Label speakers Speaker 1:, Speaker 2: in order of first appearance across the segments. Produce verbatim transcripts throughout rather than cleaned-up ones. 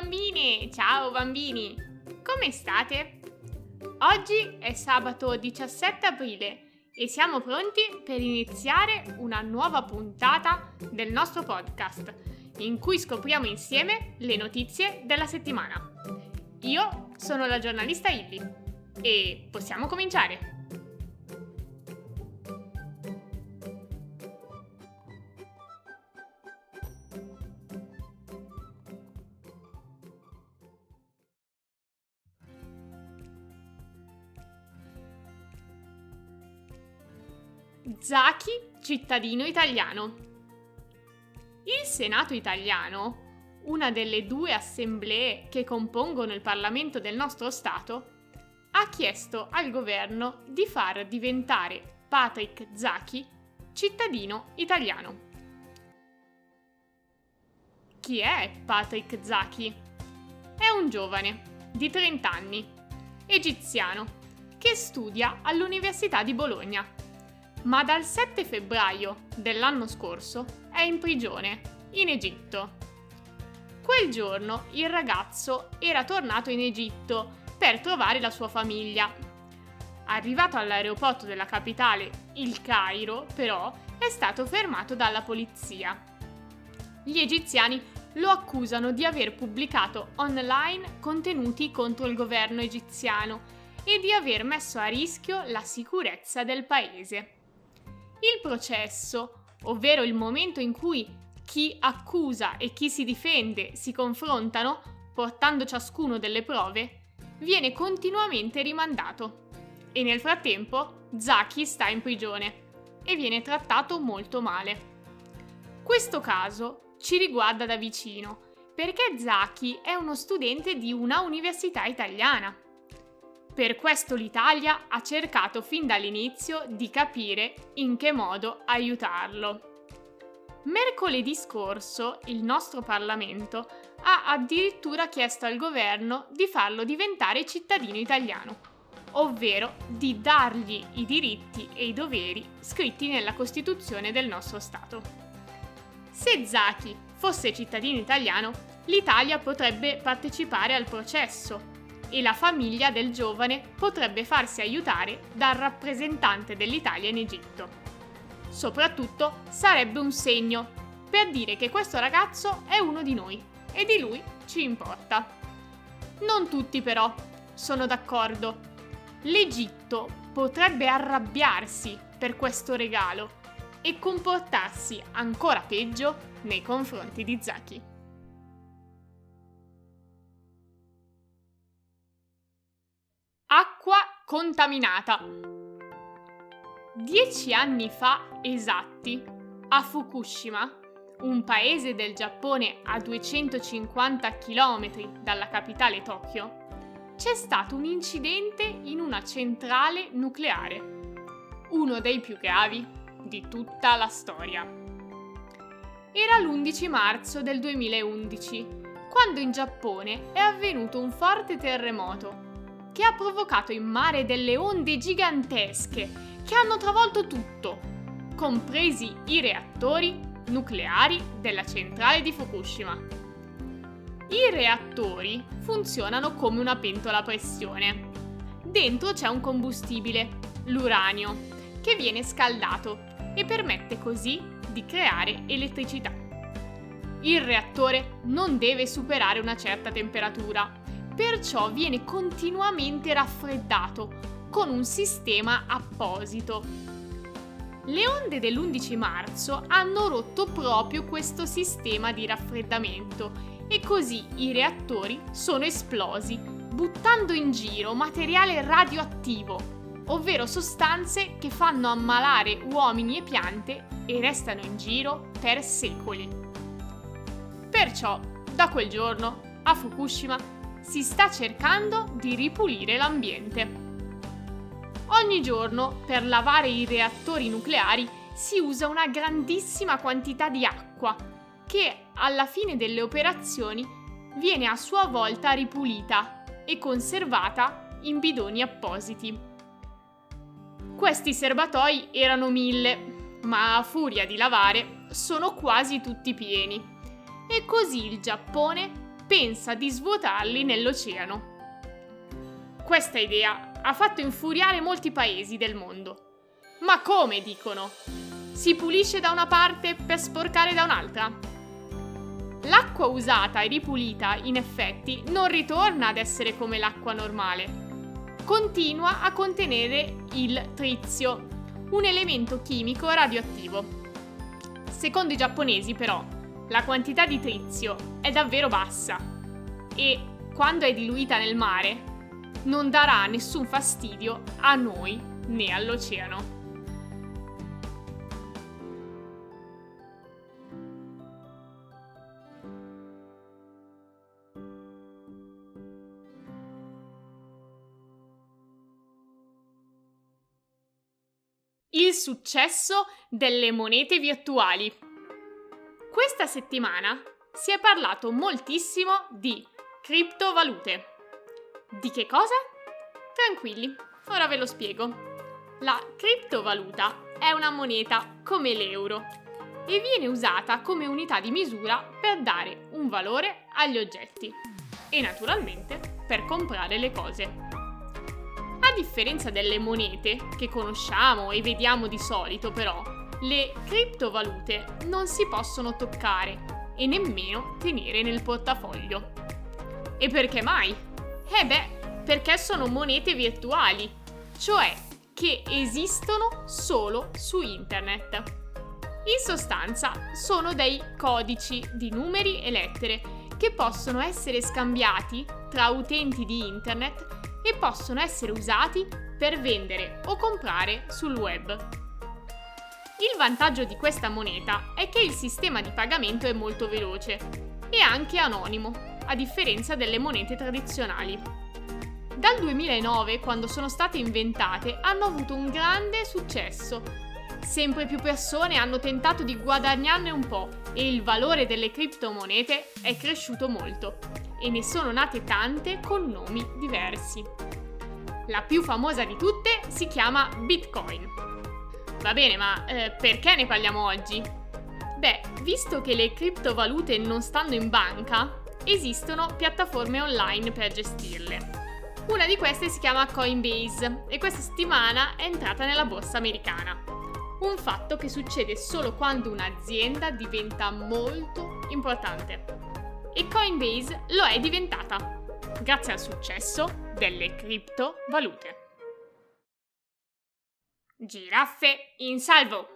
Speaker 1: bambine! Ciao bambini! Come state? Oggi è sabato diciassette aprile e siamo pronti per iniziare una nuova puntata del nostro podcast in cui scopriamo insieme le notizie della settimana. Io sono la giornalista Illy e possiamo cominciare! Zaki, cittadino italiano. Il Senato italiano, una delle due assemblee che compongono il Parlamento del nostro Stato, ha chiesto al governo di far diventare Patrick Zaki cittadino italiano. Chi è Patrick Zaki? È un giovane di trenta anni, egiziano, che studia all'Università di Bologna. Ma dal sette febbraio dell'anno scorso è in prigione, in Egitto. Quel giorno il ragazzo era tornato in Egitto per trovare la sua famiglia. Arrivato all'aeroporto della capitale, il Cairo, però, è stato fermato dalla polizia. Gli egiziani lo accusano di aver pubblicato online contenuti contro il governo egiziano e di aver messo a rischio la sicurezza del paese. Il processo, ovvero il momento in cui chi accusa e chi si difende si confrontano, portando ciascuno delle prove, viene continuamente rimandato. E nel frattempo Zaki sta in prigione e viene trattato molto male. Questo caso ci riguarda da vicino, perché Zaki è uno studente di una università italiana. Per questo l'Italia ha cercato fin dall'inizio di capire in che modo aiutarlo. Mercoledì scorso il nostro Parlamento ha addirittura chiesto al governo di farlo diventare cittadino italiano, ovvero di dargli i diritti e i doveri scritti nella Costituzione del nostro Stato. Se Zaki fosse cittadino italiano, l'Italia potrebbe partecipare al processo e la famiglia del giovane potrebbe farsi aiutare dal rappresentante dell'Italia in Egitto. Soprattutto sarebbe un segno per dire che questo ragazzo è uno di noi e di lui ci importa. Non tutti però sono d'accordo. L'Egitto potrebbe arrabbiarsi per questo regalo e comportarsi ancora peggio nei confronti di Zaki. Acqua contaminata. Dieci anni fa esatti, a Fukushima, un paese del Giappone a duecentocinquanta chilometri dalla capitale Tokyo, c'è stato un incidente in una centrale nucleare, uno dei più gravi di tutta la storia. Era l'undici marzo del duemilaundici, quando in Giappone è avvenuto un forte terremoto che ha provocato in mare delle onde gigantesche che hanno travolto tutto, compresi i reattori nucleari della centrale di Fukushima. I reattori funzionano come una pentola a pressione. Dentro c'è un combustibile, l'uranio, che viene scaldato e permette così di creare elettricità. Il reattore non deve superare una certa temperatura, perciò viene continuamente raffreddato con un sistema apposito. Le onde dell'undici marzo hanno rotto proprio questo sistema di raffreddamento e così i reattori sono esplosi, buttando in giro materiale radioattivo, ovvero sostanze che fanno ammalare uomini e piante e restano in giro per secoli. Perciò, da quel giorno, a Fukushima, si sta cercando di ripulire l'ambiente. Ogni giorno, per lavare i reattori nucleari, si usa una grandissima quantità di acqua, che alla fine delle operazioni viene a sua volta ripulita e conservata in bidoni appositi. Questi serbatoi erano mille, ma a furia di lavare sono quasi tutti pieni. E così il Giappone pensa di svuotarli nell'oceano. Questa idea ha fatto infuriare molti paesi del mondo. Ma come, dicono? Si pulisce da una parte per sporcare da un'altra? L'acqua usata e ripulita, in effetti, non ritorna ad essere come l'acqua normale. Continua a contenere il trizio, un elemento chimico radioattivo. Secondo i giapponesi, però, la quantità di trizio è davvero bassa e, quando è diluita nel mare, non darà nessun fastidio a noi né all'oceano. Il successo delle monete virtuali. Questa settimana si è parlato moltissimo di criptovalute. Di che cosa? Tranquilli, ora ve lo spiego. La criptovaluta è una moneta come l'euro e viene usata come unità di misura per dare un valore agli oggetti e naturalmente per comprare le cose. A differenza delle monete che conosciamo e vediamo di solito, però, le criptovalute non si possono toccare e nemmeno tenere nel portafoglio. E perché mai? Eh beh, perché sono monete virtuali, cioè che esistono solo su internet. In sostanza, sono dei codici di numeri e lettere che possono essere scambiati tra utenti di internet e possono essere usati per vendere o comprare sul web. Il vantaggio di questa moneta è che il sistema di pagamento è molto veloce e anche anonimo, a differenza delle monete tradizionali. Dal duemilanove, quando sono state inventate, hanno avuto un grande successo. Sempre più persone hanno tentato di guadagnarne un po' e il valore delle criptomonete è cresciuto molto. E ne sono nate tante con nomi diversi. La più famosa di tutte si chiama Bitcoin. Va bene, ma eh, perché ne parliamo oggi? Beh, visto che le criptovalute non stanno in banca, esistono piattaforme online per gestirle. Una di queste si chiama Coinbase e questa settimana è entrata nella borsa americana. Un fatto che succede solo quando un'azienda diventa molto importante. E Coinbase lo è diventata, grazie al successo delle criptovalute. Giraffe in salvo.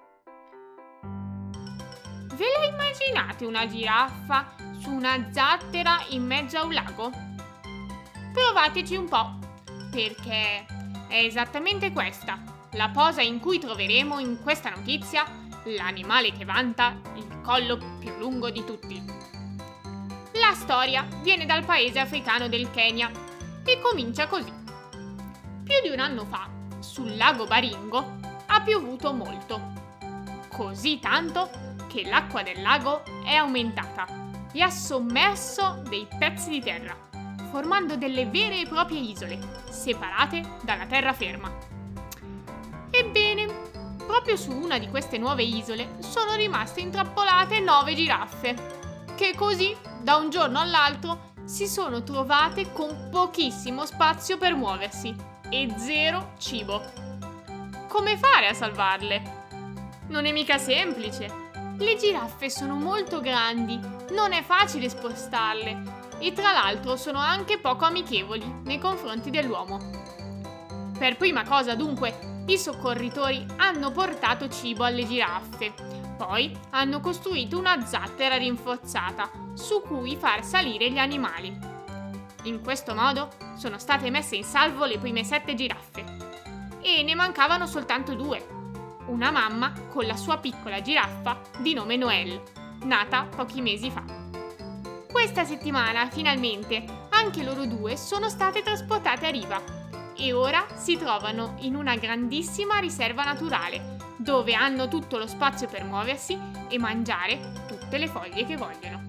Speaker 1: Ve la immaginate una giraffa su una zattera in mezzo a un lago? Provateci un po', perché è esattamente questa la posa in cui troveremo in questa notizia l'animale che vanta il collo più lungo di tutti. La storia viene dal paese africano del Kenya e comincia così. Più di un anno fa, sul lago Baringo, ha piovuto molto. Così tanto che l'acqua del lago è aumentata e ha sommerso dei pezzi di terra, formando delle vere e proprie isole, separate dalla terraferma. Ebbene, proprio su una di queste nuove isole sono rimaste intrappolate nove giraffe, che così, da un giorno all'altro, si sono trovate con pochissimo spazio per muoversi e zero cibo. Come fare a salvarle? Non è mica semplice. Le giraffe sono molto grandi, non è facile spostarle e tra l'altro sono anche poco amichevoli nei confronti dell'uomo. Per prima cosa, dunque, i soccorritori hanno portato cibo alle giraffe. Poi hanno costruito una zattera rinforzata su cui far salire gli animali. In questo modo sono state messe in salvo le prime sette giraffe. E ne mancavano soltanto due. Una mamma con la sua piccola giraffa di nome Noelle, nata pochi mesi fa. Questa settimana, finalmente, anche loro due sono state trasportate a riva e ora si trovano in una grandissima riserva naturale, dove hanno tutto lo spazio per muoversi e mangiare tutte le foglie che vogliono.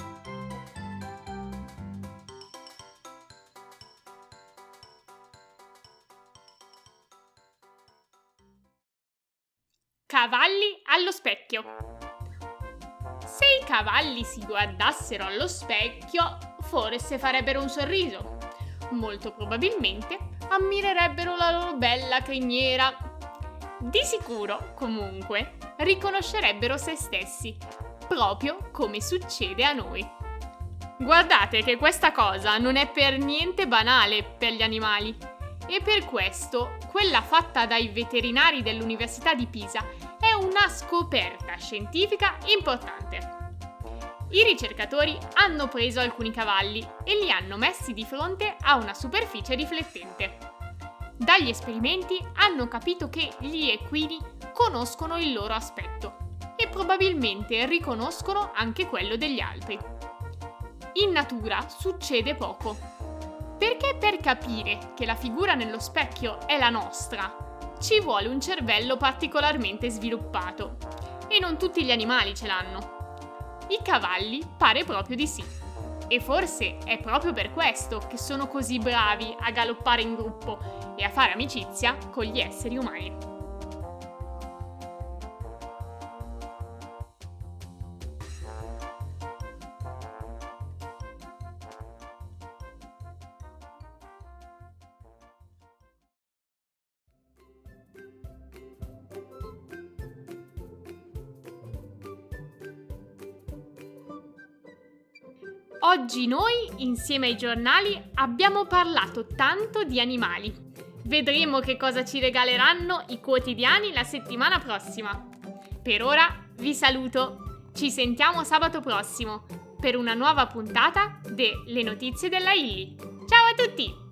Speaker 1: Cavalli allo specchio. Se i cavalli si guardassero allo specchio, forse farebbero un sorriso. Molto probabilmente ammirerebbero la loro bella criniera. Di sicuro, comunque, riconoscerebbero se stessi, proprio come succede a noi. Guardate che questa cosa non è per niente banale per gli animali e per questo quella fatta dai veterinari dell'Università di Pisa è una scoperta scientifica importante. I ricercatori hanno preso alcuni cavalli e li hanno messi di fronte a una superficie riflettente. Dagli esperimenti hanno capito che gli equini conoscono il loro aspetto e probabilmente riconoscono anche quello degli altri. In natura succede poco, perché per capire che la figura nello specchio è la nostra, ci vuole un cervello particolarmente sviluppato e non tutti gli animali ce l'hanno. I cavalli pare proprio di sì. E forse è proprio per questo che sono così bravi a galoppare in gruppo e a fare amicizia con gli esseri umani. Oggi noi, insieme ai giornali, abbiamo parlato tanto di animali. Vedremo che cosa ci regaleranno i quotidiani la settimana prossima. Per ora vi saluto. Ci sentiamo sabato prossimo per una nuova puntata de Le notizie della Illy. Ciao a tutti!